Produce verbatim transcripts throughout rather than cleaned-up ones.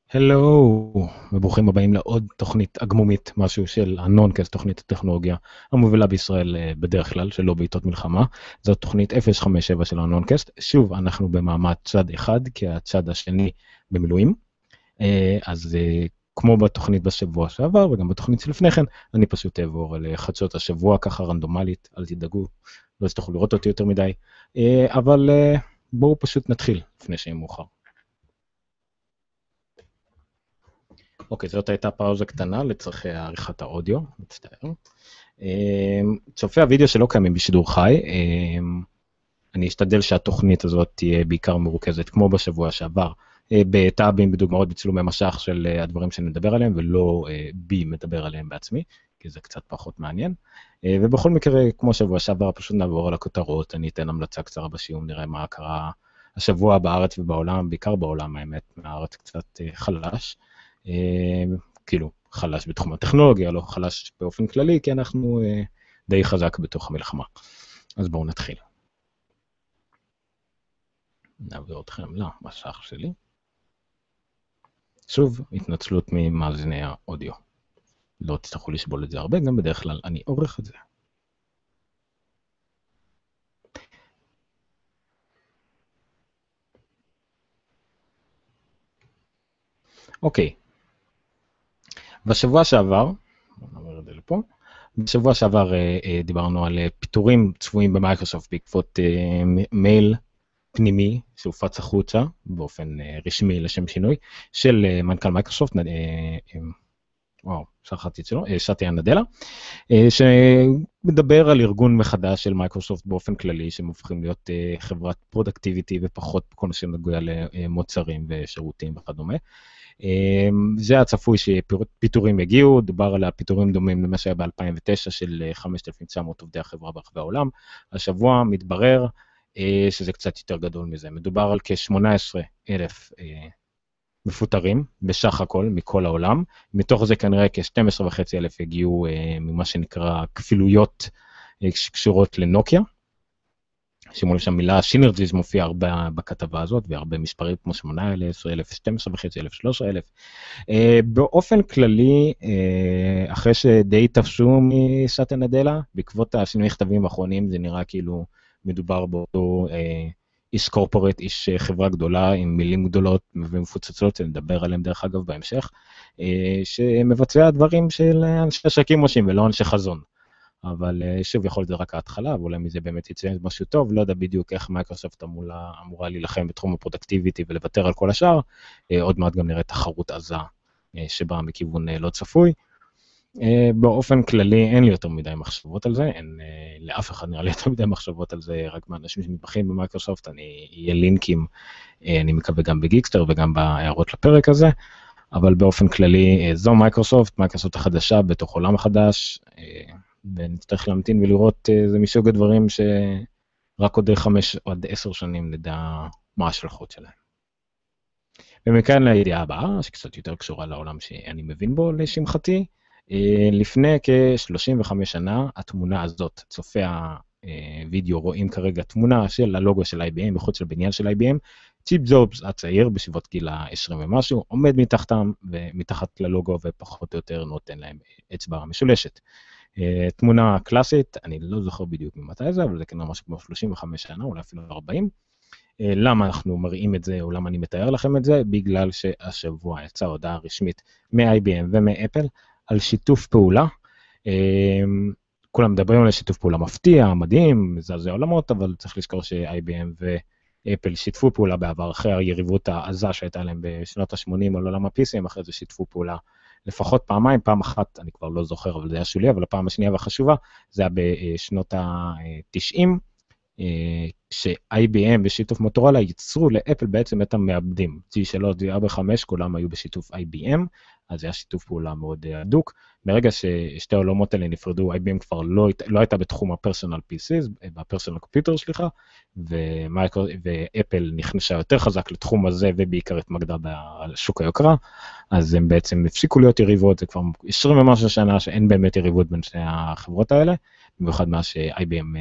הלו, וברוכים הבאים לעוד תוכנית אגמומית, משהו של הנונקאסט, תוכנית הטכנולוגיה המובילה בישראל אה, בדרך כלל, שלא בעיתות מלחמה. זאת תוכנית אפס חמש שבע של הנונקאסט. שוב, אנחנו במעמד צד אחד, כי הצד השני במילואים. אה, אז אה, כמו בתוכנית בשבוע שעבר, וגם בתוכנית שלפני כן, אני פשוט אעבור על אה, חדשות השבוע, ככה רנדומלית, אל תדאגו, לא תצטרכו לראות אותי יותר מדי. אה, אבל אה, בואו פשוט נתחיל, לפני שיהיה מאוחר. אוקיי, זאת הייתה פאוזה קטנה לצרכי עריכת האודיו, מצטער. אמ, צופי הוידאו שלא קיימים בשידור חי, אמ, אני אשתדל שהתוכנית הזאת תהיה בעיקר מרוכזת, כמו בשבוע שעבר, אה, בטאבים, בדוגמאות, בצילומי משך של אה, הדברים שנדבר עליהם, ולא אה, בי מדבר עליהם בעצמי, כי זה קצת פחות מעניין. אה, ובכל מקרה, כמו שבוע שעבר, פשוט נעבור על הכותרות, אני אתן המלצה קצרה בשיעור, נראה מה קרה השבוע בארץ ובעולם, בעיקר בעולם האמת, מהארץ קצת אה, חלש. אה, כאילו חלש בתחום הטכנולוגיה, לא חלש באופן כללי, כי אנחנו אה, די חזק בתוך המלחמה. אז בואו נתחיל. נעביר אתכם למסך שלי. שוב, התנצלות ממאזיני האודיו. לא תצטרכו לשבול את זה הרבה, גם בדרך כלל אני עורך את זה. אוקיי. בשבוע שעבר, בואו נעבור את זה לפה, בשבוע שעבר אה, אה, דיברנו על אה, פיטורים צפויים במייקרוסופט בעקבות אה, מייל פנימי שהופץ החוצה באופן אה, רשמי לשם שינוי של אה, מנכ"ל מייקרוסופט, אה, אה, וואו, שכחתי את שלו, אה, סאטיה נדלה, אה, שמדבר על ארגון מחדש של מייקרוסופט באופן כללי, שהם הופכים להיות אה, חברת פרודקטיביטי ופחות כל מה שנוגע למוצרים ושירותים וכדומה. זה הצפוי שפיטורים יגיעו, דובר על הפיטורים דומים למה שהיה ב-אלפיים ותשע של חמשת אלפים ותשע מאות עובדי החברה ברחבי העולם. השבוע מתברר שזה קצת יותר גדול מזה, מדובר על כ-שמונה עשרה אלף מפוטרים בסך הכל מכל העולם, מתוך זה כנראה כ-שנים עשר וחצי אלף יגיעו ממה שנקרא כפילויות שקשורות לנוקיה, שימו לב שהמילה סינרג'יז מופיעה הרבה בכתבה הזאת, והרבה מספרים כמו שמונה אלף, שתים עשרה וחצי אלף, שלוש עשרה אלף. באופן כללי, אחרי שדי תפשו מסאטיה נדלה, בעקבות השינוי כתבים האחרונים, זה נראה כאילו מדובר באותו איש קורפורט, איש חברה גדולה עם מילים גדולות ומפוצצות, נדבר עליהם דרך אגב בהמשך, שמבצע דברים של אנשי עסקים מושים ולא אנשי חזון. אבל שוב יכול להיות זה רק ההתחלה, ואולי מזה באמת יצא משהו טוב, לא יודע בדיוק איך מייקרוסופט אמורה, אמורה להילחם בתחום הפרודקטיביטי ולוותר על כל השאר, עוד מעט גם נראה תחרות עזה שבאה מכיוון לא צפוי. באופן כללי אין לי יותר מדי מחשבות על זה, אין לאף אחד נראה לי יותר מדי מחשבות על זה, רק מהאנשים שמתמחים במייקרוסופט, אני אהיה לינקים, אני מקווה גם בגיקסטר וגם בהערות לפרק הזה, אבל באופן כללי זו מייקרוסופט, מייקרוסופט החדשה בתוך עולם החדש, ונצטרך להמתין ולראות איזה מסוג הדברים שרק עוד חמש או עד עשר שנים נדע מה ההשלכות שלהם. ומכאן לידיעה הבאה, שקצת יותר קשורה לעולם שאני מבין בו לשמחתי, לפני כ-שלושים וחמש שנה, התמונה הזאת, צופי הוידאו רואים כרגע תמונה של הלוגו של איי בי אם, בחוץ של בניין של איי בי אם, צ'יפ ג'ובס הצעיר בסביבות גיל ה-עשרים ומשהו, עומד מתחתם ומתחת ללוגו ופחות או יותר נותן להם אצבע משולשת. תמונה קלאסית, אני לא זוכר בדיוק ממתי זה, אבל זה כנראה משהו כמו שלושים וחמש שנה, אולי אפילו ארבעים. למה אנחנו מראים את זה, או למה אני מתאר לכם את זה? בגלל שהשבוע יצאה הודעה רשמית מ-איי בי אם ומאפל על שיתוף פעולה. כולם מדברים על שיתוף פעולה מפתיע, מדהים, מזעזע עולמות, אבל צריך לזכור ש-איי בי אם ואפל שיתפו פעולה בעבר, אחרי היריבות העזה שהייתה להם בשנות ה-שמונים על עולם ה-פי סי, אחרי זה שיתפו פעולה לפחות פעמיים, פעם אחת, אני כבר לא זוכר, אבל זה היה שולי, אבל הפעם השנייה והחשובה, זה היה בשנות ה-תשעים, ש-איי בי אם בשיתוף מוטורולה ייצרו לאפל בעצם את המעבדים. ג'י שלוש, ג'י ארבע חמש, כולם היו בשיתוף איי בי אם, אז זה היה שיתוף פעולה מאוד הדוק. ברגע ששתי העולמות האלה נפרדו, איי בי אם כבר לא, לא הייתה בתחום הפרסונל פי סיז, בפרסונל קומפיוטר, סליחה, ומייקרו, ואפל נכנסה יותר חזק לתחום הזה, ובעיקר התמקדה בשוק היוקרה, אז הם בעצם הפסיקו להיות יריבות, זה כבר עשרים ומשהו שנה שאין באמת יריבות בין שני החברות האלה, במיוחד מה ש-איי בי אם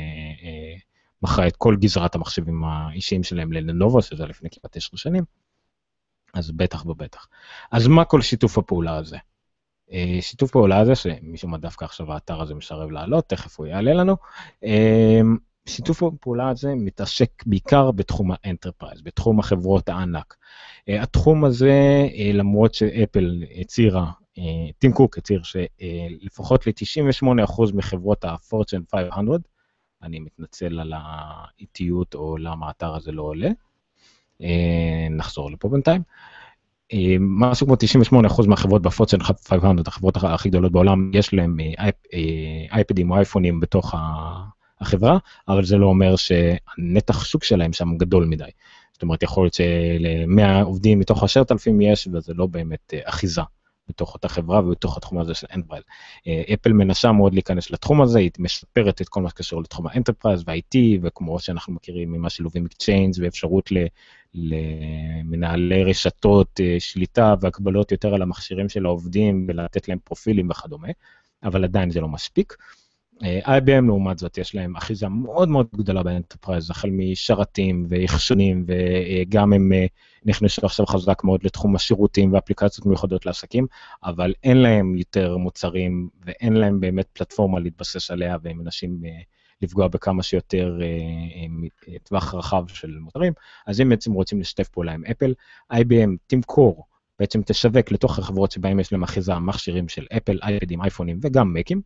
מכרה את כל גזרת המחשבים האישיים שלהם ללנובו, שזה לפני כמעט עשר שנים. אז בטח ובטח. אז מה כל שיתוף הפעולה הזה? שיתוף פעולה הזה, שמישהו מה דווקא עכשיו האתר הזה משרב לעלות, תכף הוא יעלה לנו, שיתוף הפעולה הזה מתעסק בעיקר בתחום האנטרפרייז, בתחום החברות הענק. התחום הזה, למרות שאפל הצירה, טים קוק הציר שלפחות ל-תשעים ושמונה אחוז מחברות ה-Fortune חמש מאות, אני מתנצל על האיטיות או למה האתר הזה לא עולה, נחזור לפה בינתיים, משהו כמו תשעים ושמונה אחוז מהחברות ב-Fortune חמש מאות, החברות הכי גדולות בעולם, יש להם אייפדים או אייפונים בתוך החברה, אבל זה לא אומר שהנתח שוק שלהם שם גדול מדי. זאת אומרת, יכול להיות של-מאה עובדים מתוך עשרת אלפים יש, וזה לא באמת אחיזה בתוך אותה חברה ובתוך התחום הזה של אנטרפרייז. אפל מנסה מאוד להיכנס לתחום הזה, היא משפרת את כל מה שקשור לתחום האנטרפרייז וה-איי טי, וכמו שאנחנו מכירים ממה שילובים אקצ'יינג' ואפשרות למנהלי רשתות שליטה והקבלות יותר על המכשירים של העובדים ולתת להם פרופילים וכדומה, אבל עדיין זה לא מספיק. איי בי אם לעומת זאת יש להם אחיזה מאוד מאוד גדולה באנטרפרייז, החל משרתים ואחסונים, וגם הם נכנסו עכשיו חזק מאוד לתחום השירותים ואפליקציות מיוחדות לעסקים, אבל אין להם יותר מוצרים ואין להם באמת פלטפורמה להתבסס עליה, והם מנסים לפגוע בכמה שיותר טווח רחב של מוצרים, אז הם בעצם רוצים לשתף פעולה עם אפל. איי בי אם תמכור, בעצם תשווק לתוך החברות שבהם יש להם אחיזה מכשירים של אפל, אייפדים, אייפונים וגם מקים,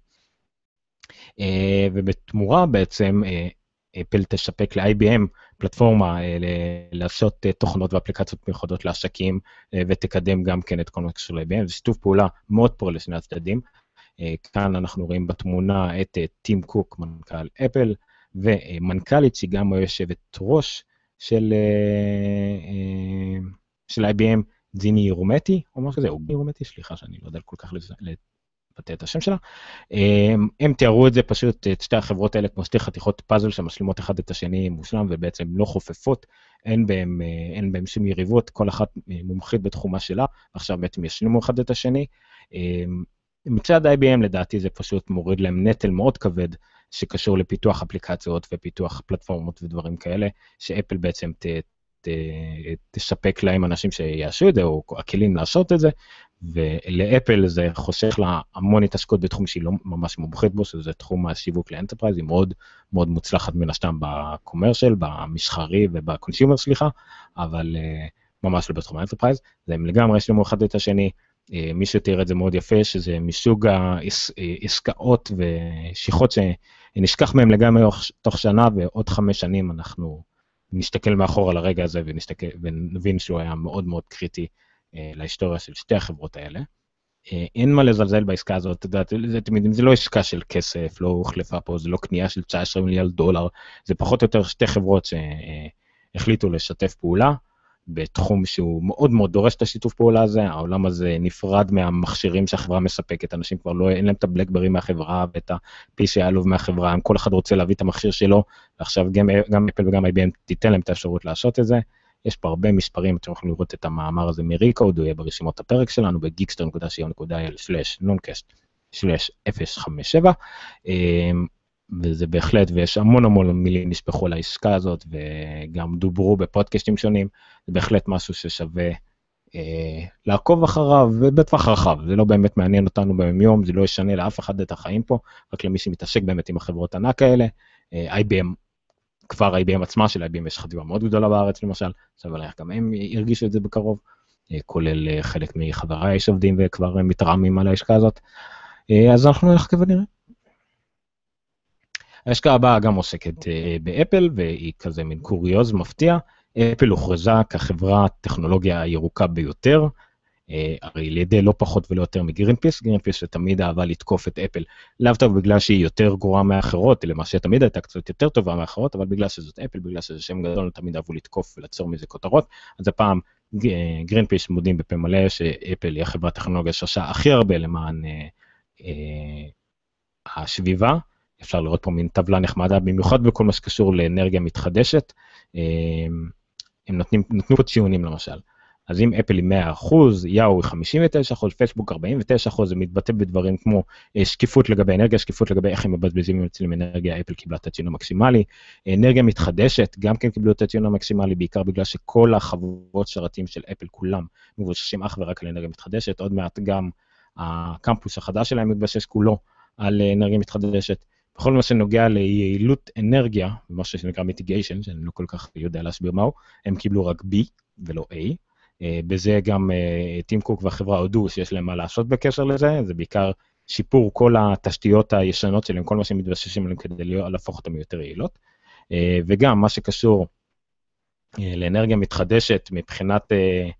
ובתמורה בעצם אפל תשפק ל-איי בי אם פלטפורמה לעשות תוכנות ואפליקציות מיוחדות לעסקים, ותקדם גם כן את כל מה שקשור ל-איי בי אם, זה שיתוף פעולה מאוד פורה לשני הצדדים. כאן אנחנו רואים בתמונה את טים קוק, מנכ"ל אפל, ומנכ"לית שהיא גם יושבת ראש של של איי בי אם, גיני ירומטי, או משהו כזה, או גיני ירומטי, סליחה שאני לא יודע כל כך לבטא את השם שלה. הם תיארו את זה פשוט, את שתי החברות האלה כמו שתי חתיכות פאזל שמשלימות אחד את השני מושלם, ובעצם לא חופפות, אין בהם, אין בהם שום יריבות, כל אחת מומחית בתחומה שלה, ועכשיו בעצם ישלימו אחד את השני. מצד איי בי אם לדעתי זה פשוט מוריד להם נטל מאוד כבד, שקשור לפיתוח אפליקציות ופיתוח פלטפורמות ודברים כאלה, שאפל בעצם ת, ת, תשפק להם אנשים שיעשו את זה, או הכלים לעשות את זה, ולאפל זה חוסך לה המון התעסקות בתחום שהיא לא ממש מומחית בו, שזה תחום השיווק לאנטרפרייז, היא מאוד מאוד מוצלחת מן השתם בקומרשל, במסחרי ובקונסיומר, סליחה, אבל ממש לא בתחום האנטרפרייז, זה הם לגמרי ישלימו אחד את השני. מי שתראה את זה מאוד יפה, שזה מסוג העסקאות ושיחות שנשכח מהם לגמרי תוך שנה, ועוד חמש שנים אנחנו נשתכל מאחור על הרגע הזה, ונשתכל, ונבין שהוא היה מאוד מאוד קריטי להיסטוריה של שתי החברות האלה. אין מה לזלזל בעסקה הזאת, זה תמיד, זה לא עסקה של כסף, לא הוחלפה פה, זה לא קנייה של תשעה עשר מיליארד דולר, זה פחות או יותר שתי חברות שהחליטו לשתף פעולה, בתחום שהוא מאוד מאוד דורש את השיתוף פעולה הזה, העולם הזה נפרד מהמכשירים שהחברה מספקת, אנשים כבר לא, אין להם את הבלקברי מהחברה, ואת ה-פי סי איי מהחברה, כל אחד רוצה להביא את המכשיר שלו, ועכשיו גם, גם אפל וגם איי בי אם תיתן להם את האפשרות לעשות את זה. יש פה הרבה מספרים, אתם יכולים לראות את המאמר הזה מריקוד, הוא יהיה ברשימות הפרק שלנו, ב-גיקסטר נקודה סי או נקודה איי אל סלש נונקאסט סלש אפס חמש שבע, וזה בהחלט, ויש המון המון מילים נשפחו על העסקה הזאת, וגם דוברו בפודקאסטים שונים, זה בהחלט משהו ששווה אה, לעקוב אחריו, ובטווח רחב, זה לא באמת מעניין אותנו ביום יום, זה לא ישנה לאף אחד את החיים פה, רק למי שמתעסק באמת עם החברות ענק האלה, אה, איי בי אם, כבר איי בי אם עצמה, של איי בי אם יש חטיבה מאוד גדולה בארץ למשל, עכשיו עליך גם הם ירגישו את זה בקרוב, אה, כולל אה, חלק מחבריי שעובדים וכבר מתרעמים על העסקה הזאת, אה, אז אנחנו נלך כנראה. ההשקעה הבאה גם עוסקת באפל, והיא כזה מין קוריוז מפתיע. אפל הוכרזה כחברה טכנולוגיה הירוקה ביותר, הרי לידי לא פחות ולא יותר מגרינפיס, גרינפיס שתמיד אהבה לתקוף את אפל, לאו דווקא בגלל שהיא יותר גרועה מאחרות, אלא מה שתמיד הייתה קצת יותר טובה מאחרות, אבל בגלל שזאת אפל, בגלל שזה שם גדול, תמיד אהבו לתקוף ולצור מזה כותרות, אז הפעם גרינפיס מודים בפה מלא שאפל היא החברת טכנולוגיה שעושה הכי הרבה למען השביבה, אפשר לראות פה מין טבלה נחמדה, במיוחד בכל מה שקשור לאנרגיה מתחדשת, הם נותנים, נתנו פה ציונים למשל, אז אם אפל היא מאה אחוז, יאו היא חמישים ותשע אחוז, פייסבוק ארבעים ותשע אחוז, זה מתבטא בדברים כמו שקיפות לגבי אנרגיה, שקיפות לגבי איך הם מבזבזים ומצילים אנרגיה, אפל קיבלה את הציון המקסימלי, אנרגיה מתחדשת, גם כן קיבלו את הציון המקסימלי, בעיקר בגלל שכל החברות שרתים של אפל כולם מבוששים אך ורק על אנרגיה מתחדשת, עוד מעט גם הקמפוס החדש שלהם מתבסס כולו על אנרגיה מתחדשת. בכל מה שנוגע ליעילות אנרגיה, משהו שנקרא מיטיגיישן, שאני לא כל כך יודע להסביר מהו, הם קיבלו רק B ולא A. בזה גם טים קוק והחברה הודו שיש להם מה לעשות בקשר לזה, זה בעיקר שיפור כל התשתיות הישנות שלהם, כל מה שהם מתבססים עליהם כדי להפוך אותם יותר יעילות. וגם מה שקשור לאנרגיה מתחדשת מבחינת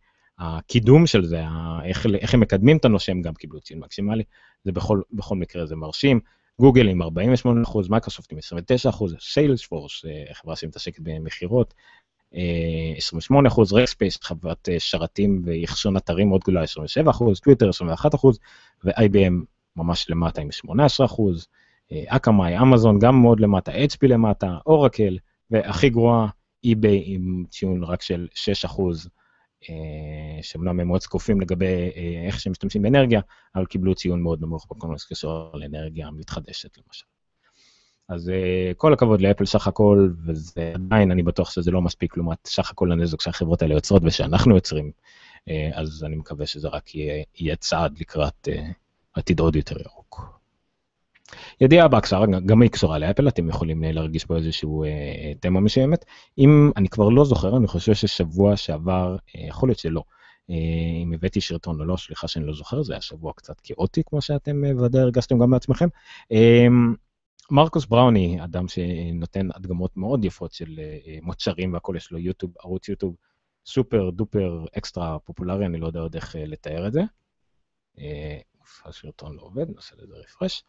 הקידום של זה, איך, איך הם מקדמים את הנושא, הם גם קיבלו ציון מקסימלי, זה בכל, בכל מקרה זה מרשים. גוגל עם ארבעים ושמונה אחוז, מייקרוסופט עם עשרים ותשע אחוז, סיילספורס, חברה שמתעסקת במחירות, עשרים ושמונה אחוז, רקספייס, חברת שרתים ואחסון אתרים מאוד גדולה, עשרים ושבע אחוז, טוויטר עשרים ואחד אחוז, ו-איי בי אם ממש למטה עם שמונה עשרה אחוז, אקמאי, אמזון גם מאוד למטה, אייץ' פי למטה, אורקל, והכי גרועה, eBay עם ציון רק של שישה אחוז, שאומנם הם מאוד זקופים לגבי איך שהם משתמשים באנרגיה, אבל קיבלו ציון מאוד נמוך בכל מה שקשור לאנרגיה מתחדשת למשל. אז כל הכבוד לאפל סך הכל, וזה עדיין אני בטוח שזה לא מספיק לעומת סך הכל הנזק שהחברות האלה יוצרות ושאנחנו יוצרים, אז אני מקווה שזה רק יהיה, יהיה צעד לקראת עתיד עוד יותר ירוק. ידיעה הבאה קצרה, גם היא קשורה לאפל, אתם יכולים להרגיש פה איזשהו אה, תמה משיימת. אם אני כבר לא זוכר, אני חושב ששבוע שעבר, אה, יכול להיות שלא, אה, אם הבאתי שרטון או לא, סליחה שאני לא זוכר, זה היה שבוע קצת כאוטי, כמו שאתם אה, ודאי הרגשתם גם בעצמכם. אה, מרקוס בראוני, אדם שנותן הדגמות מאוד יפות של אה, מוצרים והכל, יש לו יוטיוב, ערוץ יוטיוב סופר דופר אקסטרה פופולרי, אני לא יודע עוד איך אה, לתאר את זה. אה, השרטון לא עובד, נעשה לזה רפרש.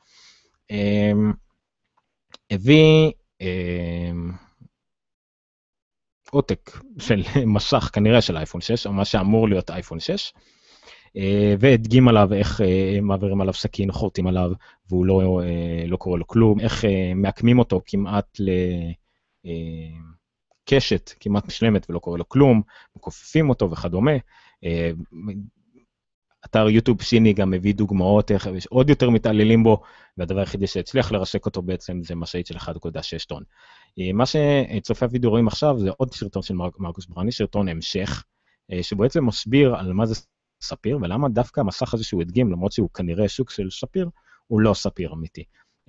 הביא עותק של מסך כנראה של אייפון שש, או מה שאמור להיות אייפון שש, והדגים עליו איך מעבירים עליו סכין, חורטים עליו, והוא לא, לא קורא לו כלום, איך מעקמים אותו כמעט לקשת, כמעט משלמת ולא קורא לו כלום, מכופפים אותו וכדומה. אתר יוטיוב סיני גם מביא דוגמאות איך יש עוד יותר מתעללים בו, והדבר היחידי שהצליח לרסק אותו בעצם זה משאית של אחת נקודה שש טון. מה שצופי הוידאו רואים עכשיו זה עוד סרטון של מרקוס בראוני, סרטון המשך, שבעצם מסביר על מה זה ספיר, ולמה דווקא המסך הזה שהוא הדגים, למרות שהוא כנראה שוק של ספיר, הוא לא ספיר אמיתי.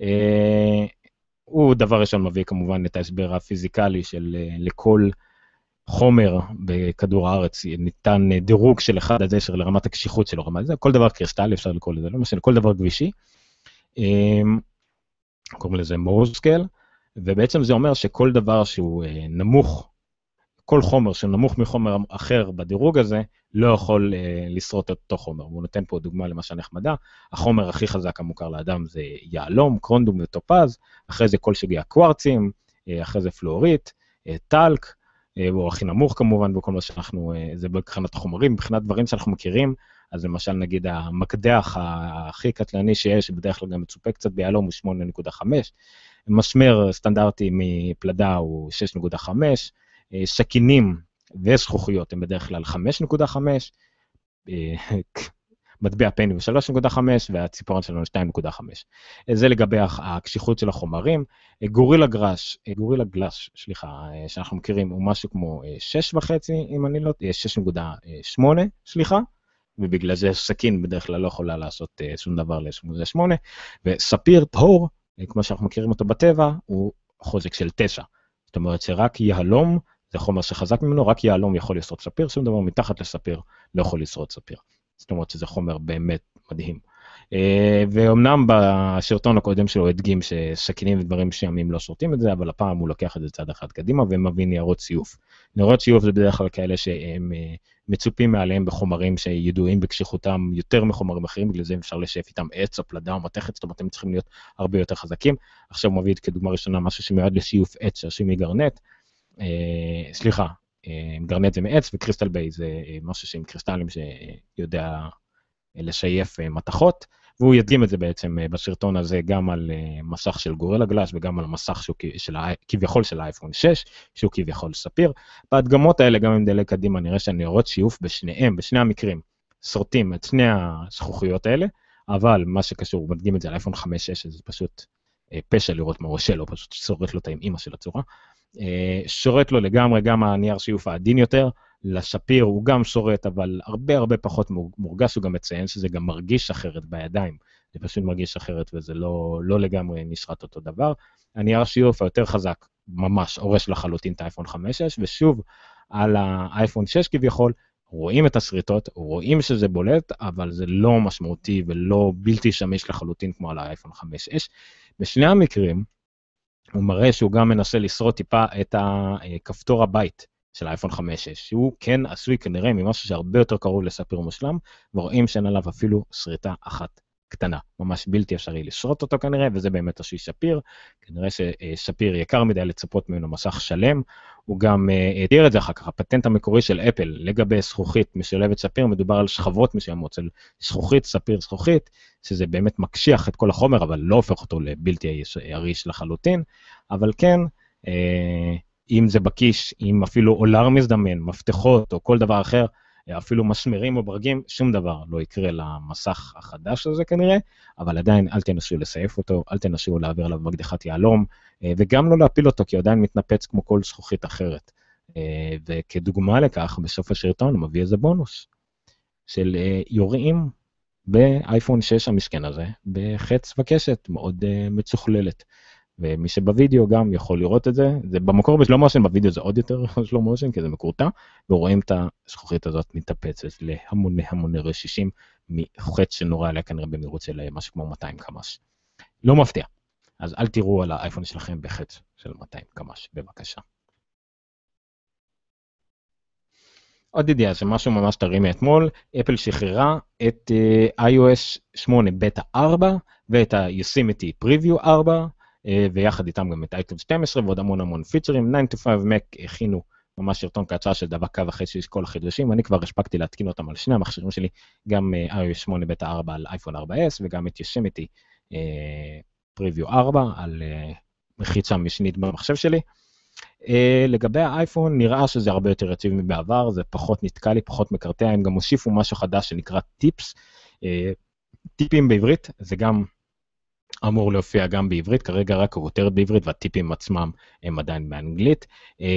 הוא דבר ראשון מביא כמובן את ההסבר הפיזיקלי של לכל חומר בכדור הארץ, ניתן דירוג של אחד עד עשר לרמת הקשיחות שלו, רמה, זה כל דבר קריסטלי, אפשר לקרוא לזה, לא משנה, כל דבר גבישי, קוראים לזה מורסקל, ובעצם זה אומר שכל דבר שהוא נמוך, כל חומר שנמוך מחומר אחר בדירוג הזה, לא יכול לשרוט את אותו חומר. הוא נותן פה דוגמה למשל נחמדה, החומר הכי חזק המוכר לאדם זה יעלום, קרונדום וטופז, אחרי זה כל סוגי הקוורצים, אחרי זה פלואורית, טלק, הוא הכי נמוך כמובן, בכל מה שאנחנו, זה מבחינת החומרים, מבחינת דברים שאנחנו מכירים, אז למשל נגיד המקדח הכי קטלני שיש, שבדרך כלל גם מצופה קצת ביעלום הוא שמונה נקודה חמש, משמר סטנדרטי מפלדה הוא שש נקודה חמש, סכינים וזכוכיות הם בדרך כלל חמש נקודה חמש, מטבע פני ב-שלוש נקודה חמש, והציפורן שלנו שתיים נקודה חמש. זה לגבי הקשיחות של החומרים. גורילה גלאס, גורילה גלאס, סליחה, שאנחנו מכירים, הוא משהו כמו שש וחצי, אם אני לא, שש נקודה שמונה, סליחה, ובגלל זה סכין בדרך כלל לא יכולה לעשות שום דבר ל-שש נקודה שמונה, וספיר טהור, כמו שאנחנו מכירים אותו בטבע, הוא חוזק של תשע. זאת אומרת שרק יהלום, זה חומר שחזק ממנו, רק יהלום יכול לשרוד ספיר, שום דבר מתחת לספיר לא יכול לשרוד ספיר. זאת אומרת שזה חומר באמת מדהים. ואומנם בשרטון הקודם שלו הדגים שסכינים ודברים מסוימים לא שורטים את זה, אבל הפעם הוא לוקח את זה צעד אחד קדימה ומביא ניירות סיוף. ניירות סיוף זה בדרך כלל כאלה שהם מצופים מעליהם בחומרים שידועים בקשיחותם יותר מחומרים אחרים, בגלל זה אפשר לשאף איתם עץ או פלדה או מתכת, זאת אומרת הם צריכים להיות הרבה יותר חזקים. עכשיו הוא מביא כדוגמה ראשונה משהו שמיועד לסיוף עץ שעשוי מגרנט, סליחה, גרנט זה מעץ, וקריסטל ביי זה משהו שעם קריסטלים שיודע לשייף מתכות, והוא ידגים את זה בעצם בסרטון הזה גם על מסך של גורילה גלאס וגם על מסך שהוא של, כביכול של האייפון שש, שהוא כביכול ספיר. בהדגמות האלה גם אם דלג קדימה נראה שהנרות שיוף בשניהם, בשני המקרים, סורטים את שני הזכוכיות האלה, אבל מה שקשור, הוא מדגים את זה על אייפון חמש שש, זה פשוט פשע לראות מה ראשה לו, פשוט שורט לו את האמא של הצורה. שורט לו לגמרי גם הנייר שיוף העדין יותר, לשפיר הוא גם שורט, אבל הרבה הרבה פחות מורגש, הוא גם מציין שזה גם מרגיש אחרת בידיים, זה פשוט מרגיש אחרת וזה לא, לא לגמרי נשרט אותו דבר. הנייר שיוף היותר חזק, ממש הורש לחלוטין את האייפון חמש שש, ושוב על האייפון שש כביכול, רואים את הסריטות, רואים שזה בולט, אבל זה לא משמעותי ולא בלתי שמיש לחלוטין כמו על האייפון חמש שש. בשני המקרים, הוא מראה שהוא גם מנסה לשרוט טיפה את הכפתור הבית של האייפון חמש שש, שהוא כן עשוי כנראה ממשהו שהרבה יותר קרוב לספיר מושלם, ורואים שאין עליו אפילו שריטה אחת קטנה, ממש בלתי אפשרי לשרוט אותו כנראה, וזה באמת עשוי שפיר, כנראה ששפיר יקר מדי לצפות ממנו מסך שלם, הוא גם תיאר את זה אחר כך, הפטנט המקורי של אפל לגבי זכוכית משולבת שפיר, מדובר על שכבות מסוימות של זכוכית, ספיר, זכוכית, שזה באמת מקשיח את כל החומר, אבל לא הופך אותו לבלתי יריש לחלוטין, אבל כן, אם זה בקיש, אם אפילו אולר מזדמן, מפתחות או כל דבר אחר, אפילו מסמרים או ברגים, שום דבר לא יקרה למסך החדש הזה כנראה, אבל עדיין אל תנסו לסייף אותו, אל תנסו להעביר עליו מקדחת יהלום, וגם לא להפיל אותו, כי הוא עדיין מתנפץ כמו כל זכוכית אחרת. וכדוגמה לכך, בסוף השרטון הוא מביא איזה בונוס, של יורים באייפון שש המשכן הזה, בחץ וקשת מאוד מצוכללת. ומי שבווידאו גם יכול לראות את זה, זה במקור בשלום מושן, בווידאו זה עוד יותר שלום מושן, כי זה מקורטע, ורואים את הזכוכית הזאת מתאפצת להמוני המוני רשישים, מחץ שנורא עליה כנראה במהירות של משהו כמו מאתיים קמ"ש. לא מפתיע, אז אל תראו על האייפון שלכם בחץ של מאתיים קמ"ש, בבקשה. עוד ידיעה, זה משהו ממש טרי מאתמול, אפל שחררה את iOS שמונה בטא ארבע, ואת ה-Yosemite Preview ארבע, ויחד איתם גם את אייטונס שתים עשרה ועוד המון המון פיצ'רים. תשע to five Mac הכינו ממש סרטון קצר של דקה וחצי של כל החידושים, אני כבר הספקתי להתקין אותם על שני המכשירים שלי, גם iOS שמונה בטא ארבע על אייפון ארבע אס וגם את Yosemite Preview ארבע על מחיצה משנית במחשב שלי. לגבי האייפון נראה שזה הרבה יותר יציב מבעבר, זה פחות נתקע לי, פחות מקרטע, הם גם הוסיפו משהו חדש שנקרא טיפס, טיפים בעברית, זה גם אמור להופיע גם בעברית, כרגע רק הכותרת בעברית, והטיפים עצמם הם עדיין באנגלית,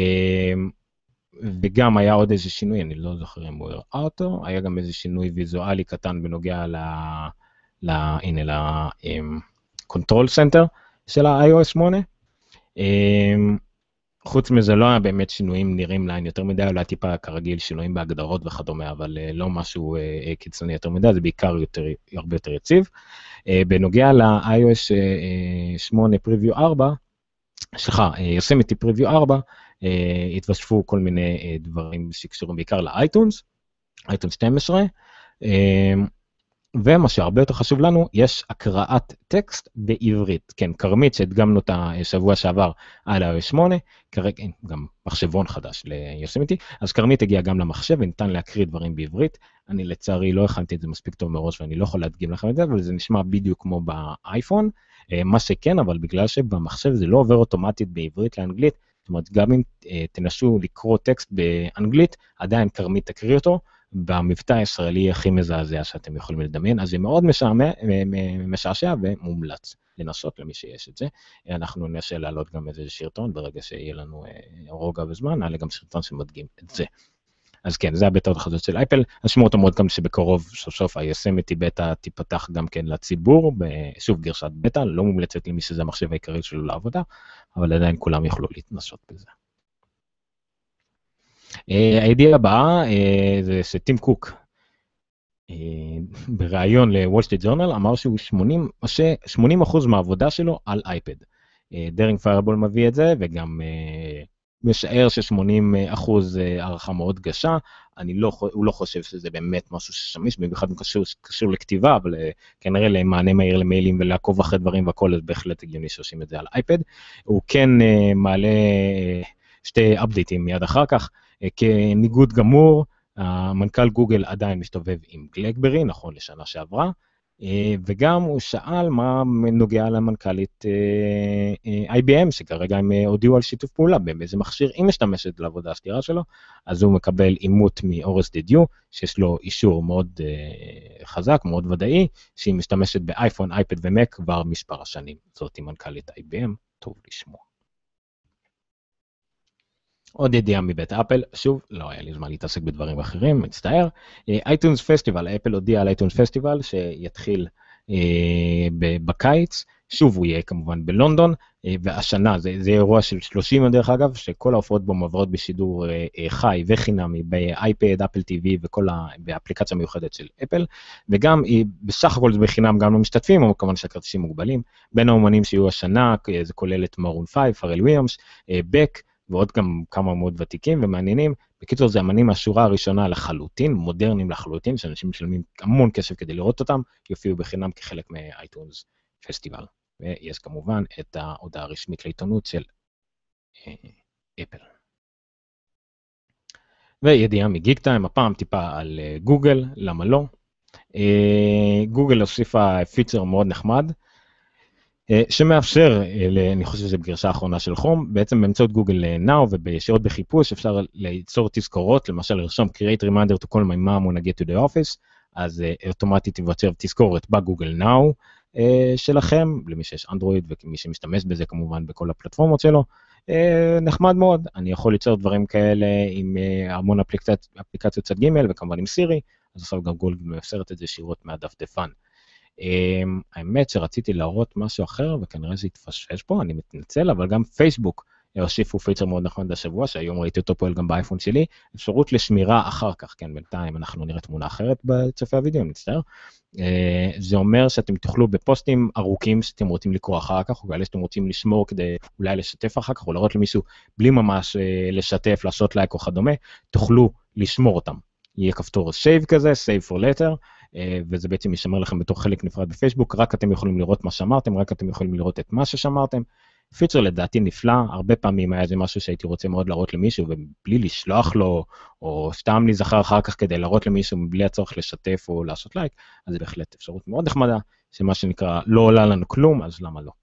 וגם היה עוד איזה שינוי, אני לא זוכר אם הוא הראה אותו, היה גם איזה שינוי ויזואלי קטן בנוגע ל... ל... הנה, ל-Control Center של ה-iOS שמונה, חוץ מזה לא היה באמת שינויים נראים לעין יותר מדי, אולי טיפה כרגיל שינויים בהגדרות וכדומה, אבל לא משהו קיצוני יותר מדי, זה בעיקר יותר, הרבה יותר יציב. בנוגע ל-iOS שמונה Preview ארבע, סליחה, Yosemite Preview ארבע, התווספו כל מיני דברים שקשורים בעיקר לאייטונס, אייטונס שתים עשרה, ומה שהרבה יותר חשוב לנו, יש הקראת טקסט בעברית. כן, קרמית שהדגמנו את השבוע שעבר על iOS שמונה, כרגע גם מחשבון חדש ליוסימיטי, אז קרמית הגיע גם למחשב וניתן להקריא דברים בעברית. אני לצערי לא הכנתי את זה מספיק טוב מראש ואני לא יכול להדגים לכם את זה, אבל זה נשמע בדיוק כמו באייפון, מה שכן, אבל בגלל שבמחשב זה לא עובר אוטומטית בעברית לאנגלית, זאת אומרת, גם אם תנסו לקרוא טקסט באנגלית, עדיין קרמית תקריא אותו, במבטא הישראלי הכי מזעזע שאתם יכולים לדמיין, אז זה מאוד משעשע ומומלץ לנסות למי שיש את זה. אנחנו ננסה להעלות גם איזה שרטון, ברגע שיהיה לנו רוגע וזמן, נעלה גם שרטון שמדגים את זה. אז כן, זה הבטא החדשות של אפל, נשמעו אותו מאוד גם שבקרוב סוף סוף ה-Yosemite בטא תיפתח גם כן לציבור, שוב גרשת בטא, לא מומלצת למי שזה המחשב העיקרי שלו לעבודה, אבל עדיין כולם יוכלו להתנסות בזה. הידיעה הבאה זה שטים קוק בראיון לוול סטריט ג'ורנל אמר שהוא שמונים אחוז מהעבודה שלו על אייפד. דרינג פיירבול מביא את זה וגם משער ש-שמונים אחוז הערכה מאוד גשה. אני לא, הוא לא חושב שזה באמת משהו ששמיש, במיוחד קשור, קשור לכתיבה, אבל כנראה למענה מהיר למיילים ולעקוב אחרי דברים והכל, אז בהחלט הגיוני שעושים את זה על אייפד. הוא כן מעלה שתי אפדייטים מיד אחר כך, כניגוד גמור, המנכ"ל גוגל עדיין מסתובב עם בלקברי, נכון לשנה שעברה, וגם הוא שאל מה נוגע למנכ"לית איי בי אם, שכרגע הם הודיעו על שיתוף פעולה, באיזה מכשיר היא משתמשת לעבודה הסדירה שלו, אז הוא מקבל אימות מאורס די דיו, שיש לו אישור מאוד חזק, מאוד ודאי, שהיא משתמשת באייפון, אייפד ומק כבר מספר השנים. זאת היא מנכ"לית איי בי אם, טוב לשמוע. עוד ידיעה מבית אפל, שוב, לא היה לי זמן להתעסק בדברים אחרים, מצטער. אייטונס פסטיבל, אפל הודיע על אייטונס פסטיבל שיתחיל אה, בקיץ, שוב הוא יהיה כמובן בלונדון, אה, והשנה, זה, זה אירוע של שלושים דרך אגב, שכל ההופעות בו מעברות בשידור אה, חי וחינמי, באייפד, אפל טי וי וכל ה... באפליקציה מיוחדת של אפל, וגם היא בסך הכל זה בחינם גם למשתתפים, או כמובן שהכרטיסים מוגבלים, בין האומנים שיהיו השנה, זה כולל את מרון פייב, פרל וויליאמס, אה, בק, ועוד גם כמה מאוד ותיקים ומעניינים. בקיצור, זה אמנים מהשורה הראשונה לחלוטין, מודרניים לחלוטין, שאנשים משלמים המון כסף כדי לראות אותם, יופיעו בחינם כחלק מאייטונס פסטיבל. ויש כמובן את ההודעה הרשמית לעיתונות של אפל. וידיעה מגיק טיים, הפעם טיפה על גוגל, למה לא? גוגל הוסיפה פיצ'ר מאוד נחמד, שמאפשר, אני חושב שזה בגרשה האחרונה של כרום, בעצם באמצעות גוגל נאו ובישירות בחיפוש אפשר ליצור תזכורות, למשל לרשום create reminder to call my mom when I get to the office, אז אוטומטית תיווצר תזכורת בגוגל נאו שלכם, למי שיש אנדרואיד ומי שמשתמש בזה כמובן בכל הפלטפורמות שלו, נחמד מאוד, אני יכול ליצור דברים כאלה עם המון אפליקציות, אפליקציות צד ג' וכמובן עם סירי, אז עכשיו גם גוגל מאפשרת את זה ישירות מהדפדפן. Um, האמת שרציתי להראות משהו אחר וכנראה זה יתפשפש פה, אני מתנצל, אבל גם פייסבוק הוסיפו פיצ'ר מאוד נכון בשבוע, שהיום ראיתי אותו פועל גם באייפון שלי, אפשרות לשמירה אחר כך, כן, בינתיים אנחנו נראה תמונה אחרת בצופי הוידאו, מצטער. Uh, זה אומר שאתם תוכלו בפוסטים ארוכים שאתם רוצים לקרוא אחר כך, או כאלה שאתם רוצים לשמור כדי אולי לשתף אחר כך, או לראות למישהו בלי ממש uh, לשתף, לעשות לייק או כדומה, תוכלו לשמור אותם. יהיה כפתור save כזה, save for later, וזה בעצם ישמר לכם בתוך חלק נפרד בפייסבוק, רק אתם יכולים לראות מה שאמרתם, רק אתם יכולים לראות את מה ששמרתם. פיצ'ר לדעתי נפלא, הרבה פעמים היה זה משהו שהייתי רוצה מאוד להראות למישהו, ובלי לשלוח לו, או סתם להיזכר אחר כך כדי להראות למישהו, בלי הצורך לשתף או לעשות לייק, אז זה בהחלט אפשרות מאוד נחמדה, שמה שנקרא לא עולה לנו כלום, אז למה לא?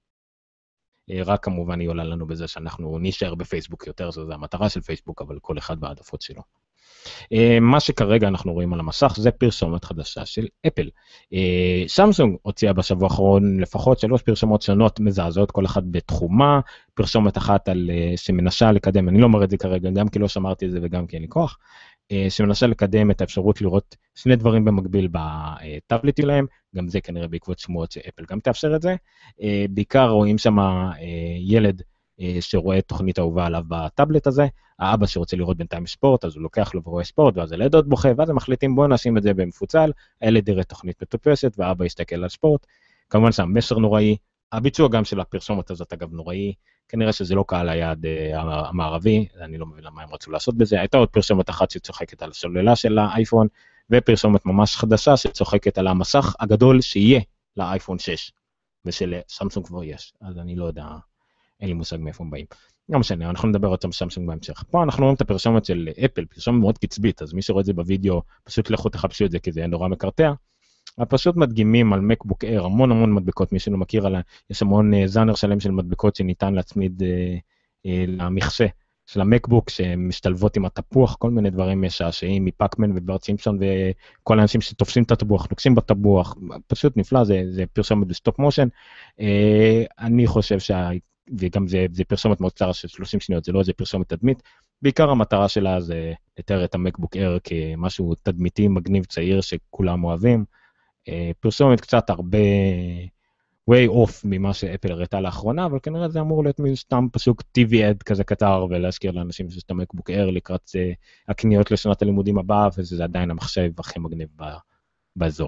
רק כמובן היא עולה לנו בזה שאנחנו נשאר בפייסבוק יותר, זו המטרה של פייסבוק, אבל כל אחד בהעדפות שלו. מה שכרגע אנחנו רואים על המסך זה פרסומת חדשה של אפל. סמסונג הוציאה בשבוע האחרון לפחות שלוש פרסומות שונות מזעזעות, כל אחת בתחומה, פרסומת אחת על שמנסה לקדם, אני לא אומר את זה כרגע גם כי לא שמרתי את זה וגם כי אין לי כוח, שמנסה לקדם את האפשרות לראות שני דברים במקביל בטאבלטים להם, גם זה כנראה בעקבות שמועות שאפל גם תאפשר את זה. בעיקר רואים שם ילד שרואה תוכנית אהובה עליו בטאבלט הזה, האבא שרוצה לראות בינתיים ספורט, אז הוא לוקח לו ורואה ספורט, ואז הילד עוד בוכה, ואז הם מחליטים בואו נשים את זה במפוצל, הילד יראה תוכנית מטופשת, והאבא יסתכל על ספורט, כמובן שהמסר נוראי, הביצוע גם של הפרסומת הזאת אגב נוראי, כנראה שזה לא קהל היעד המערבי, אני לא מבין למה הם רצו לעשות בזה, הייתה עוד פרסומת אחת שצוחקת על הסוללה של האייפון, ופרסומת ממש חדשה שצוחקת על המסך הגדול שיהיה לאייפון שש, ושלסמסונג כבר יש, אז אני לא יודע, אין לי מושג מאיפה הם באים. לא משנה, אנחנו נדבר עוד סמסונג בהמשך. פה אנחנו רואים את הפרסומת של אפל, פרסומת מאוד קצבית, אז מי שרואה את זה בווידאו, פשוט לכו תחפשו את זה, כי זה נורא מקרטע. פשוט מדגימים על מקבוק אייר, המון המון מדבקות, מי שלא מכיר עליה, יש המון זאנר שלם של מדבקות שניתן להצמיד אה, אה, למכסה של המקבוק, שמשתלבות עם התפוח, כל מיני דברים משעשעים, מפאקמן וברט סימפסון, וכל האנשים שתופסים את התפוח, נוקסים בתפוח, פשוט נפלא, זה, זה פרסומת בסטופ מושן. אה, אני חושב שה... וגם זה, זה פרסומת מאוד קצרה של שלושים שניות, זה לא איזה פרסומת תדמית, בעיקר המטרה שלה זה לתאר את המקבוק אייר כמשהו תדמיתי, מגניב, צעיר, שכולם אוהבים, פרסומת קצת הרבה way off ממה שאפל הראתה לאחרונה, אבל כנראה זה אמור להיות סתם פשוט טי וי אד כזה קטר, ולהזכיר לאנשים שיש את המקבוק אייר לקראת הקניות לשנת הלימודים הבאה, וזה עדיין המחשב הכי מגניב באזור.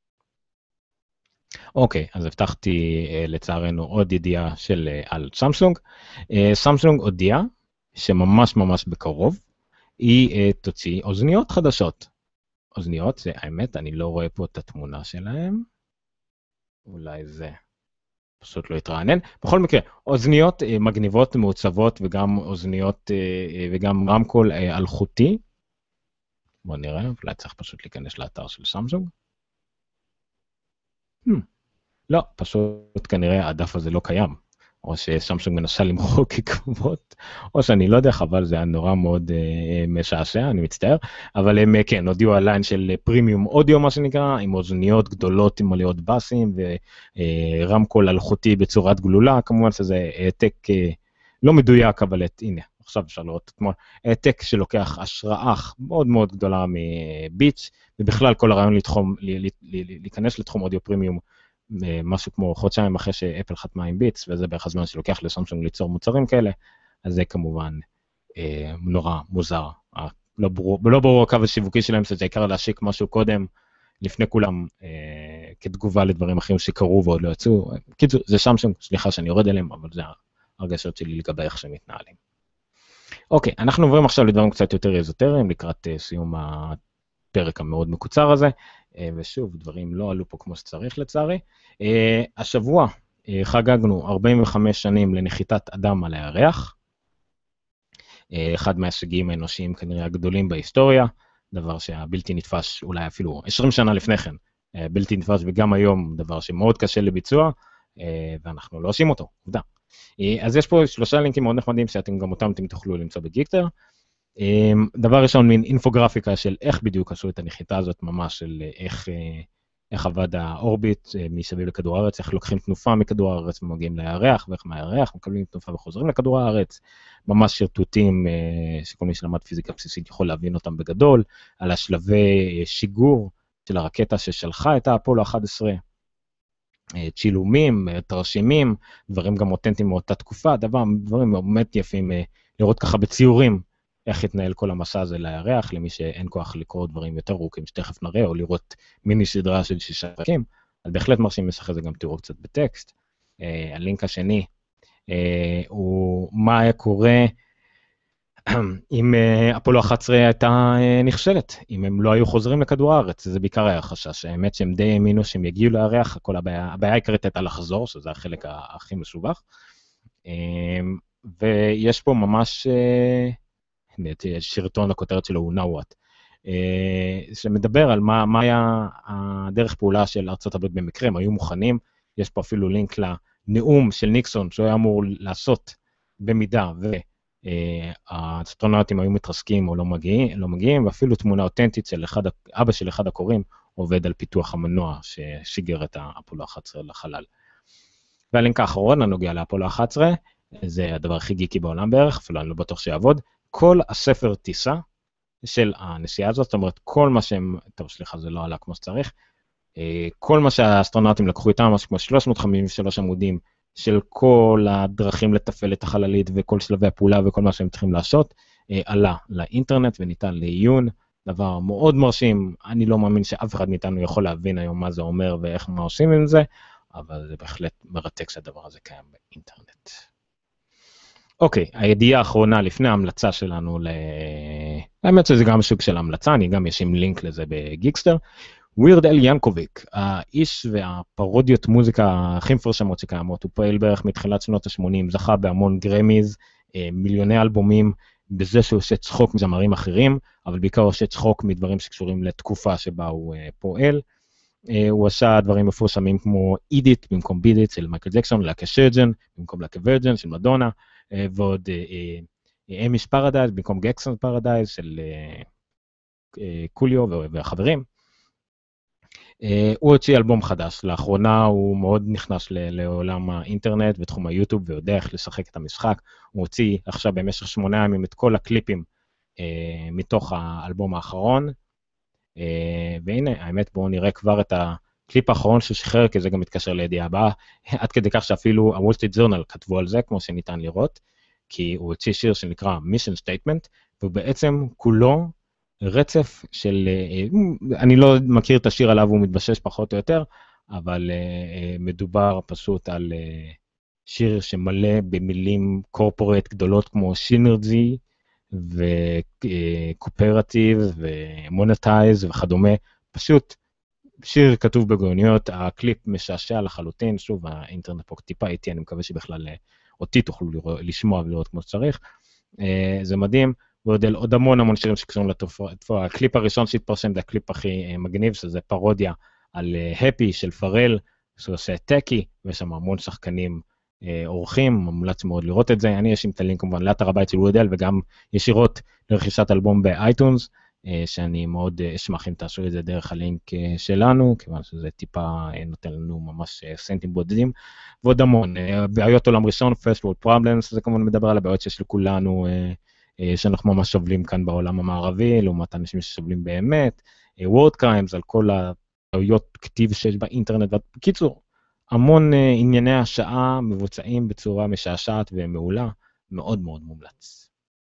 אוקיי, אז הבטחתי לצערנו עוד ידיעה של על סמסונג. סמסונג הודיעה שממש ממש בקרוב היא תוציא אוזניות חדשות. אוזניות, זה האמת, אני לא רואה פה את התמונה שלהם. אולי זה פשוט לא יתרענן. בכל מקרה, אוזניות מגניבות, מעוצבות, וגם אוזניות וגם רמקול אלחוטי. בואו נראה, אולי צריך פשוט להיכנס לאתר של סמסונג. Hmm, לא, פשוט כנראה הדף הזה לא קיים, או שסמסונג מנסה למחוק עקבות, או שאני לא יודע, חבל, זה היה נורא מאוד אה, משעשע, אני מצטער, אבל הם אה, כן, הודיעו על ליין של פרימיום אודיו, מה שנקרא, עם אוזניות גדולות עם מלאות בסים, ורמקול אלחוטי בצורת גלולה, כמובן שזה העתק אה, לא מדויק, אבל את, הנה, עכשיו אפשר לראות אתמול, העתק שלוקח השראה מאוד מאוד גדולה מביטס, ובכלל כל הרעיון לתחום, ל- ל- ל- להיכנס לתחום אודיו פרימיום, משהו כמו חודשיים אחרי שאפל חתמה עם ביטס, וזה בערך הזמן שלוקח לסמסונג ליצור מוצרים כאלה, אז זה כמובן אה, נורא מוזר. אה, לא ברור, לא ברור הקו השיווקי שלהם, שזה העיקר להשיק משהו קודם, לפני כולם, אה, כתגובה לדברים אחרים שקרו ועוד לא יצאו. קיצור, זה סמסונג, סליחה שאני יורד אליהם, אבל זה הרגשות שלי לגבי איך שהם מתנהלים. אוקיי, אנחנו עוברים עכשיו לדברים קצת יותר איזוטריים, לקראת אה, סיום הפרק המאוד מקוצר הזה, ושוב, דברים לא עלו פה כמו שצריך לצערי. השבוע חגגנו ארבעים וחמש שנים לנחיתת אדם על הירח, אחד מההישגים האנושיים כנראה הגדולים בהיסטוריה, דבר שהבלתי נתפס אולי אפילו עשרים שנה לפני כן, בלתי נתפס וגם היום דבר שמאוד קשה לביצוע, ואנחנו לא עושים אותו, עובדה. אז יש פה שלושה לינקים מאוד נחמדים שאתם גם אותם אתם תוכלו למצוא בגיקטר. דבר ראשון, מין אינפוגרפיקה של איך בדיוק עשו את הנחיתה הזאת, ממש של איך, איך עבד האורביט מסביב לכדור הארץ, איך לוקחים תנופה מכדור הארץ ומגיעים לירח, ואיך מהירח מקבלים תנופה וחוזרים לכדור הארץ, ממש שרטוטים שכל מי שלמד פיזיקה בסיסית יכול להבין אותם בגדול, על השלבי שיגור של הרקטה ששלחה את האפולו אחת עשרה, צילומים, תרשימים, דברים גם אותנטיים מאותה תקופה, דבר, דברים באמת יפים לראות ככה בציורים, איך יתנהל כל המסע הזה לירח, למי שאין כוח לקרוא דברים יותר ארוכים שתכף נראה, או לראות מיני סדרה של שישה פרקים, אז בהחלט מרשים לשחק את זה גם תראו קצת בטקסט. אה, הלינק השני אה, הוא מה היה קורה אם אה, אפולו אחת עשרה הייתה אה, נכשלת, אם הם לא היו חוזרים לכדור הארץ, זה בעיקר היה חשש, האמת שהם די האמינו שהם יגיעו לירח, כל הבעיה, הבעיה העיקרית הייתה לחזור, שזה החלק הכי מסובך, אה, ויש פה ממש... אה, שרטון הכותרת שלו הוא Now What, שמדבר על מה, מה היה הדרך פעולה של ארצות הברית במקרה, הם היו מוכנים, יש פה אפילו לינק לנאום של ניקסון, שהוא היה אמור לעשות במידה, והאסטרונאוטים היו מתרסקים או לא מגיעים, לא מגיעים, ואפילו תמונה אותנטית של אחד, אבא של אחד הקוראים, עובד על פיתוח המנוע ששיגר את האפולו אחת עשרה לחלל. והלינק האחרון, הנוגע לאפולו אחת עשרה, זה הדבר הכי גיקי בעולם בערך, אפילו אני לא בטוח שיעבוד, כל הספר טיסה של הנסיעה הזאת, זאת אומרת, כל מה שהם, טוב, סליחה, זה לא עלה כמו שצריך, כל מה שהאסטרונאוטים לקחו איתם, משהו כמו שלוש מאות חמישים ושלוש עמודים, של כל הדרכים לתפעל את החללית, וכל שלבי הפעולה, וכל מה שהם צריכים לעשות, עלה לאינטרנט וניתן לעיון, דבר מאוד מרשים, אני לא מאמין שאף אחד מאיתנו יכול להבין היום מה זה אומר, ואיך מה עושים עם זה, אבל זה בהחלט מרתק שהדבר הזה קיים באינטרנט. אוקיי, הידיעה האחרונה לפני ההמלצה שלנו, האמת שזה גם סוג של המלצה, אני גם אשים לינק לזה בגיקסטר, ווירד אל ינקוביק, האיש והפרודיות מוזיקה הכי מפורסמות שקיימות, הוא פועל בערך מתחילת שנות ה-שמונים, זכה בהמון גרמיז, מיליוני אלבומים, בזה שהוא עושה צחוק מזמרים אחרים, אבל בעיקר עושה צחוק מדברים שקשורים לתקופה שבה הוא פועל, הוא עשה דברים מפורסמים כמו אידיט במקום בידיט של מייקל ג'קסון, לק השרג'ן במקום לק הוורג'ן של מדונה, ועוד אמיש פרדייז במקום גקסון פרדייז של קוליו והחברים. הוא הוציא אלבום חדש, לאחרונה הוא מאוד נכנס לעולם האינטרנט ותחום היוטיוב ויודע איך לשחק את המשחק, הוא הוציא עכשיו במשך שמונה ימים את כל הקליפים מתוך האלבום האחרון, והנה האמת בואו נראה כבר את הקליפ האחרון שהוא שחרר, כי זה גם מתקשר לידיעה הבאה, עד כדי כך שאפילו הוול סטריט ג'ורנל כתבו על זה כמו שניתן לראות, כי הוא הוציא שיר שנקרא Mission Statement, והוא בעצם כולו רצף של, אני לא מכיר את השיר עליו, הוא מתבשש פחות או יותר, אבל מדובר פשוט על שיר שמלא במילים קורפורט גדולות כמו שינרג'י, וקופרטיב, ומונטייז וכדומה, פשוט שיר כתוב בגאוניות, הקליפ משעשע לחלוטין, שוב האינטרנט פה טיפה איתי, אני מקווה שבכלל אותי תוכלו לשמוע ולראות כמו שצריך, זה מדהים, ועוד עוד המון המון שירים שקשורים לתופעה, הקליפ הראשון שהתפרסם זה הקליפ הכי מגניב, שזה פרודיה על הפי של פרל, שעושה טקי, ויש שם המון שחקנים אורחים, ממלץ מאוד לראות את זה. אני אשים את הלינק כמובן לאתר הבית של וודל, וגם ישירות לרכישת אלבום באייטונס, שאני מאוד אשמח אם תעשו את זה דרך הלינק שלנו, כיוון שזה טיפה נותן לנו ממש סנטים בודדים, ועוד המון, בעיות עולם ראשון, first world problems, זה כמובן מדבר על הבעיות שיש לכולנו, שאנחנו ממש סובלים כאן בעולם המערבי, לעומת אנשים שסובלים באמת, word crimes, על כל הטעויות כתיב שיש באינטרנט, בקיצור, המון ענייני השעה מבוצעים בצורה משעשעת ומעולה, מאוד מאוד מומלץ.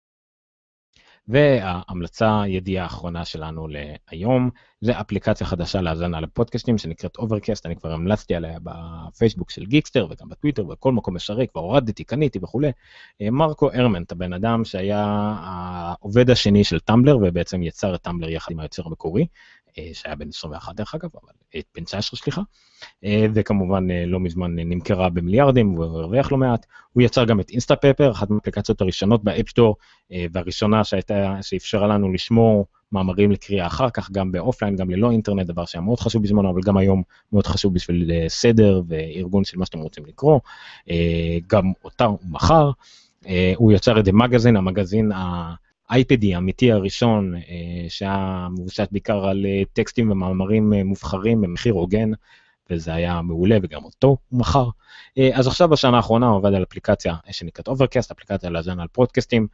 וההמלצה הידיעה האחרונה שלנו להיום, זה אפליקציה חדשה להאזנה לפודקאסטים שנקראת Overcast, אני כבר המלצתי עליה בפייסבוק של גיקסטר וגם בטוויטר וכל מקום אפשרי, כבר הורדתי, קניתי וכו'. מרקו הרמנט, הבן אדם שהיה העובד השני של טמבלר, ובעצם יצר את טמבלר יחד עם היוצר המקורי, שהיה בן עשרים ואחת דרך אגב, אבל בן תשע עשרה סליחה, וכמובן לא מזמן נמכרה במיליארדים, הוא הרוויח לא מעט. הוא יצר גם את אינסטאפפר, אחת מהאפליקציות הראשונות באפסטור, והראשונה שהייתה, שאפשרה לנו לשמור מאמרים לקריאה אחר כך, גם באופליין, גם ללא אינטרנט, דבר שהיה מאוד חשוב בזמנו, אבל גם היום מאוד חשוב בשביל סדר וארגון של מה שאתם רוצים לקרוא. גם אותה הוא מחר, הוא יצר את זה מגזין, המגזין האייפדי האמיתי הראשון, שהיה מבוסס בעיקר על טקסטים ומאמרים מובחרים במחיר הוגן, וזה היה מעולה, וגם אותו הוא מחר. אז עכשיו בשנה האחרונה הוא עובד על אפליקציה שנקראת Overcast, אפליקציה להאזנה על פודקאסטים.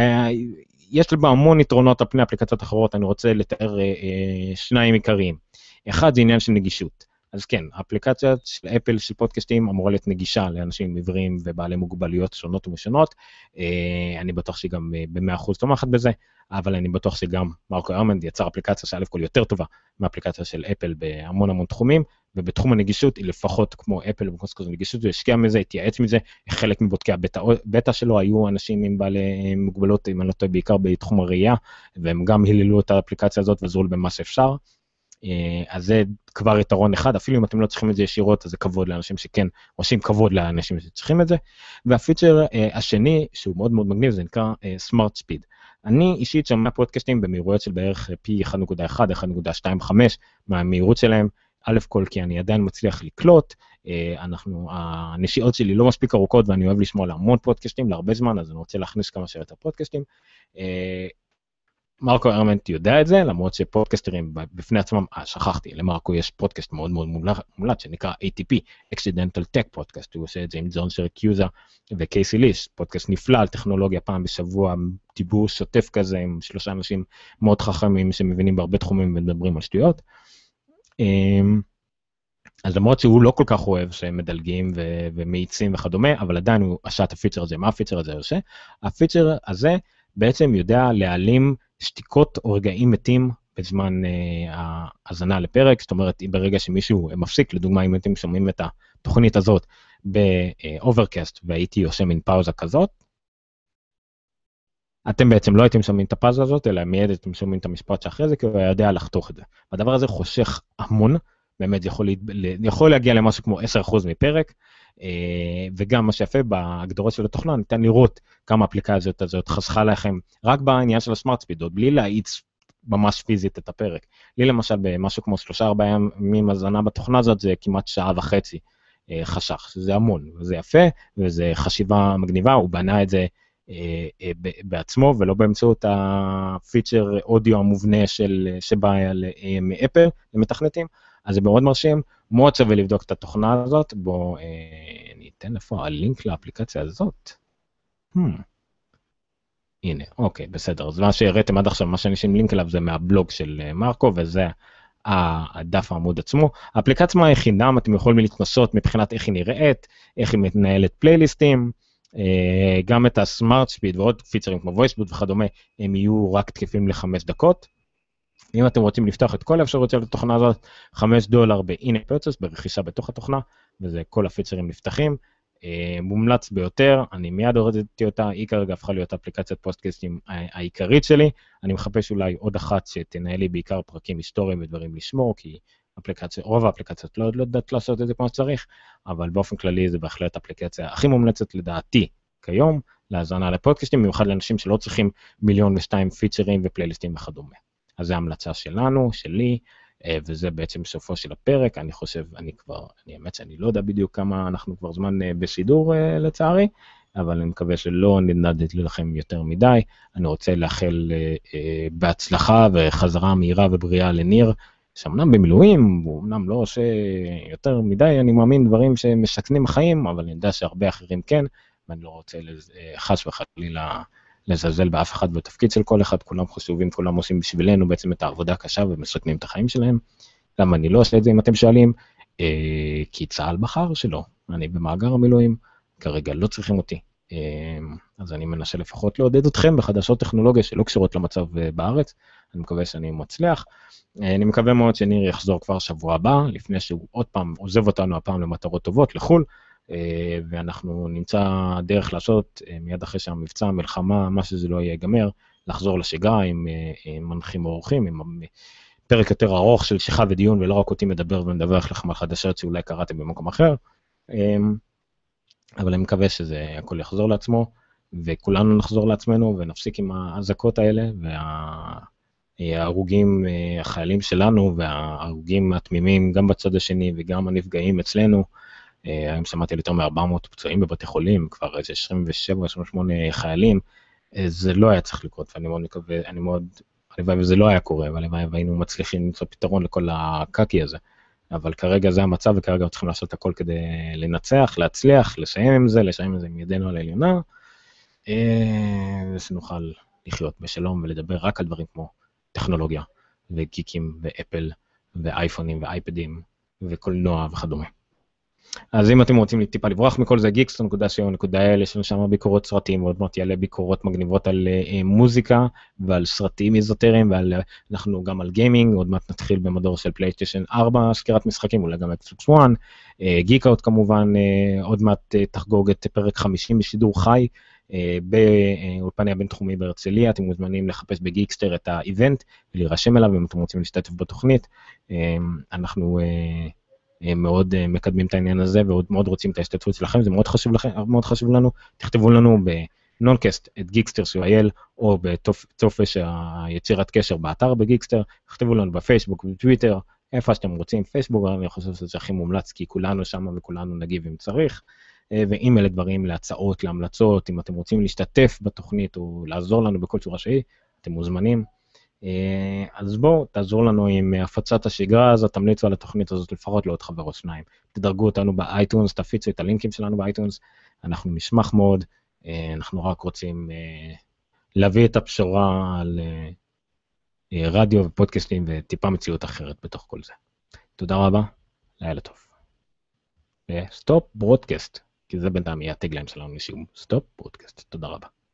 יש בה המון יתרונות על פני אפליקציות אחרות, אני רוצה לתאר שניים עיקריים. אחד זה עניין של נגישות. אז כן, האפליקציה של אפל של פודקאסטים אמורה להיות נגישה לאנשים עיוורים ובעלי מוגבלויות שונות ומשונות. אני בטוח שגם ב-מאה אחוז תומכת בזה, אבל אני בטוח שגם מרקו הרמנט יצר אפליקציה שא' כל יותר טובה מהאפליקציה של אפל בהמון המון תחומים, ובתחום הנגישות היא לפחות כמו אפל ובקוסקוס נגישות, הוא השקיע מזה, התייעץ מזה, חלק מבודקי הבטא שלו היו אנשים עם בעלי מוגבלות, אם אני לא טועה, בעיקר בתחום הראייה, והם גם היללו את האפליקציה הזאת ועזרו לו במה שאפשר. אז זה כבר יתרון אחד, אפילו אם אתם לא צריכים את זה ישירות, אז זה כבוד לאנשים שכן עושים כבוד לאנשים שצריכים את זה. והפיצ'ר השני, שהוא מאוד מאוד מגניב, זה נקרא Smart Speed. אני אישית שומע פודקאסטים במהירויות של בערך פי אחת נקודה אחת, אחת נקודה עשרים וחמש מהמהירות שלהם, א' כל כי אני עדיין מצליח לקלוט, אנחנו, הנשיאות שלי לא מספיק ארוכות, ואני אוהב לשמוע להמון פודקאסטים, להרבה זמן, אז אני רוצה להכניס כמה שיותר פודקאסטים. מרקו הרמנט יודע את זה, למרות שפודקסטרים בפני עצמם, אה, שכחתי, למרקו יש פודקאסט מאוד מאוד מומלץ, שנקרא איי טי פי, Accidental Tech Podcast, הוא עושה את זה עם ג'ון שרקיוזה וקייסי ליש, פודקאסט נפלא על טכנולוגיה פעם בשבוע, דיבור שוטף כזה עם שלושה אנשים מאוד חכמים שמבינים בהרבה תחומים ומדברים על שטויות. אז למרות שהוא לא כל כך אוהב שהם מדלגים ו- ומאיצים וכדומה, אבל עדיין הוא עשה את הפיצ'ר הזה. מה הפיצ'ר הזה עושה? הפיצ'ר הזה בעצם יודע להעלים שתיקות או רגעים מתים בזמן אה, ההאזנה לפרק, זאת אומרת, ברגע שמישהו מפסיק, לדוגמה, אם אתם שומעים את התוכנית הזאת ב-Overcast, והייתי עושה מין פאוזה כזאת, אתם בעצם לא הייתם שומעים את הפאוזה הזאת, אלא מיד אתם שומעים את המשפט שאחרי זה, כי הוא יודע לחתוך את זה. והדבר הזה חושך המון, באמת יכול, יכול להגיע למשהו כמו עשרה אחוז מפרק, וגם מה שיפה בהגדרות של התוכנה, ניתן לראות כמה אפליקציות הזאת חסכה לכם, רק בעניין של הסמארט ספיד, עוד בלי להאיץ ממש פיזית את הפרק. לי למשל במשהו כמו שלושה ארבעה ימים הזנה בתוכנה הזאת, זה כמעט שעה וחצי חשך, שזה המון, וזה יפה, וזה חשיבה מגניבה, הוא בנה את זה בעצמו, ולא באמצעות הפיצ'ר אודיו המובנה של, שבא מאפל, למתכנתים, אז זה מאוד מרשים, מאוד שווה לבדוק את התוכנה הזאת, בואו אני אתן לפה הלינק לאפליקציה הזאת. Hmm. הנה, אוקיי, בסדר, אז מה שהראיתם עד עכשיו, מה שאני שם לינק אליו זה מהבלוג של מרקו, וזה הדף העמוד עצמו. האפליקציה היחידה, אתם יכולים להתנסות מבחינת איך היא נראית, איך היא מתנהלת פלייליסטים, גם את הסמארט ספיד ועוד פיצ'רים כמו וויסבוט וכדומה, הם יהיו רק תקפים לחמש דקות. אם אתם רוצים לפתוח את כל האפשרות של התוכנה הזאת, חמש דולר ב-in-app purchase, ברכישה בתוך התוכנה, וזה כל הפיצ'רים נפתחים. מומלץ ביותר, אני מיד הורדתי אותה, היא כרגע הפכה להיות אפליקציית פודקאסטים העיקרית שלי, אני מחפש אולי עוד אחת שתנהל לי בעיקר פרקים היסטוריים ודברים לשמור, כי אפליקציה, רוב האפליקציות לא, לא יודעת לעשות את זה כמו שצריך, אבל באופן כללי זה בהחלט אפליקציה הכי מומלצת לדעתי כיום, להאזנה לפודקאסטים, במיוחד לאנשים שלא צריכים מיליון ושתיים פיצ'רים ופלייליסטים וכדומה. אז זו ההמלצה שלנו, שלי, וזה בעצם סופו של הפרק. אני חושב, אני כבר, אני האמת שאני לא יודע בדיוק כמה אנחנו כבר זמן בשידור לצערי, אבל אני מקווה שלא נדנדתי לכם יותר מדי. אני רוצה לאחל בהצלחה וחזרה מהירה ובריאה לניר, שאמנם במילואים, הוא אמנם לא עושה יותר מדי, אני מאמין דברים שמשקנים החיים, אבל אני יודע שהרבה אחרים כן, ואני לא רוצה חס וחלילה לזלזל באף אחד בתפקיד של כל אחד, כולם חשובים, כולם עושים בשבילנו בעצם את העבודה הקשה ומסכנים את החיים שלהם. למה אני לא עושה את זה אם אתם שואלים? אה, כי צה"ל בחר שלא, אני במאגר המילואים, כרגע לא צריכים אותי. אה, אז אני מנסה לפחות לעודד אתכם בחדשות טכנולוגיה שלא קשורות למצב בארץ, אני מקווה שאני מצליח. אה, אני מקווה מאוד שניר יחזור כבר שבוע הבא, לפני שהוא עוד פעם עוזב אותנו הפעם למטרות טובות לחול, ואנחנו נמצא דרך לעשות מיד אחרי שהמבצע, המלחמה, מה שזה לא ייגמר, לחזור לשגרה עם, עם מנחים ואורחים, עם פרק יותר ארוך של שיחה ודיון, ולא רק אותי מדבר ומדווח לכם על חדשות שאולי קראתם במקום אחר, אבל אני מקווה שזה הכל יחזור לעצמו, וכולנו נחזור לעצמנו ונפסיק עם האזעקות האלה, וההרוגים, החיילים שלנו, וההרוגים התמימים גם בצד השני וגם הנפגעים אצלנו. היום שמעתי על יותר מ-ארבע מאות פצועים בבתי חולים, כבר איזה עשרים ושבע עשרים ושמונה חיילים, זה לא היה צריך לקרות, ואני מאוד מקווה, אני מאוד, הלוואי וזה לא היה קורה, והלוואי והיינו מצליחים למצוא פתרון לכל הקקי הזה, אבל כרגע זה המצב, וכרגע צריכים לעשות הכל כדי לנצח, להצליח, לסיים עם זה, לסיים עם זה עם ידינו על העליונה, ושנוכל לחיות בשלום ולדבר רק על דברים כמו טכנולוגיה, וגיקים, ואפל, ואייפונים, ואייפדים, וקולנוע וכדומה. אז אם אתם רוצים טיפה לברוח מכל זה, גיקסטר נקודה סי או נקודה איי אל, יש לנו שם ביקורות סרטים, ועוד מעט יעלה ביקורות מגניבות על uh, מוזיקה, ועל סרטים איזוטריים, ואנחנו גם על גיימינג, עוד מעט נתחיל במדור של פלייסטיישן ארבע, סקירת משחקים, אולי גם אקסבוקס וואן, גיקאוט כמובן, uh, עוד מעט uh, תחגוג את פרק חמישים בשידור חי, uh, באולפני הבינתחומי בהרצליה, אתם מוזמנים לחפש בגיקסטר את האיבנט, ולהירשם אליו, אם אתם רוצים להשתתף בתוכנית, uh, אנחנו... Uh, מאוד מקדמים את העניין הזה, ועוד מאוד רוצים את ההשתתפות שלכם, זה מאוד חשוב לכם, מאוד חשוב לנו, תכתבו לנו בנונקאסט את גיקסטר נקודה סי או איי אל, או בצופש היצירת קשר באתר בגיקסטר, תכתבו לנו בפייסבוק ובטוויטר, איפה שאתם רוצים, פייסבוק, אני חושב שזה הכי מומלץ, כי כולנו שם וכולנו נגיב אם צריך, ואם אלה דברים להצעות, להמלצות, אם אתם רוצים להשתתף בתוכנית, או לעזור לנו בכל צורה שהיא, אתם מוזמנים. אז בואו, תעזור לנו עם הפצת השגרה הזאת, תמליצו על התוכנית הזאת לפחות לעוד חבר או שניים. תדרגו אותנו באייטונס, תפיצו את הלינקים שלנו באייטונס, אנחנו נשמח מאוד, אנחנו רק רוצים להביא את הבשורה על רדיו ופודקאסטים וטיפה מציאות אחרת בתוך כל זה. תודה רבה, לילה טוב. סטופ ברודקאסט, כי זה בינתיים יהיה הטגליין שלנו לשיום, סטופ ברודקאסט, תודה רבה.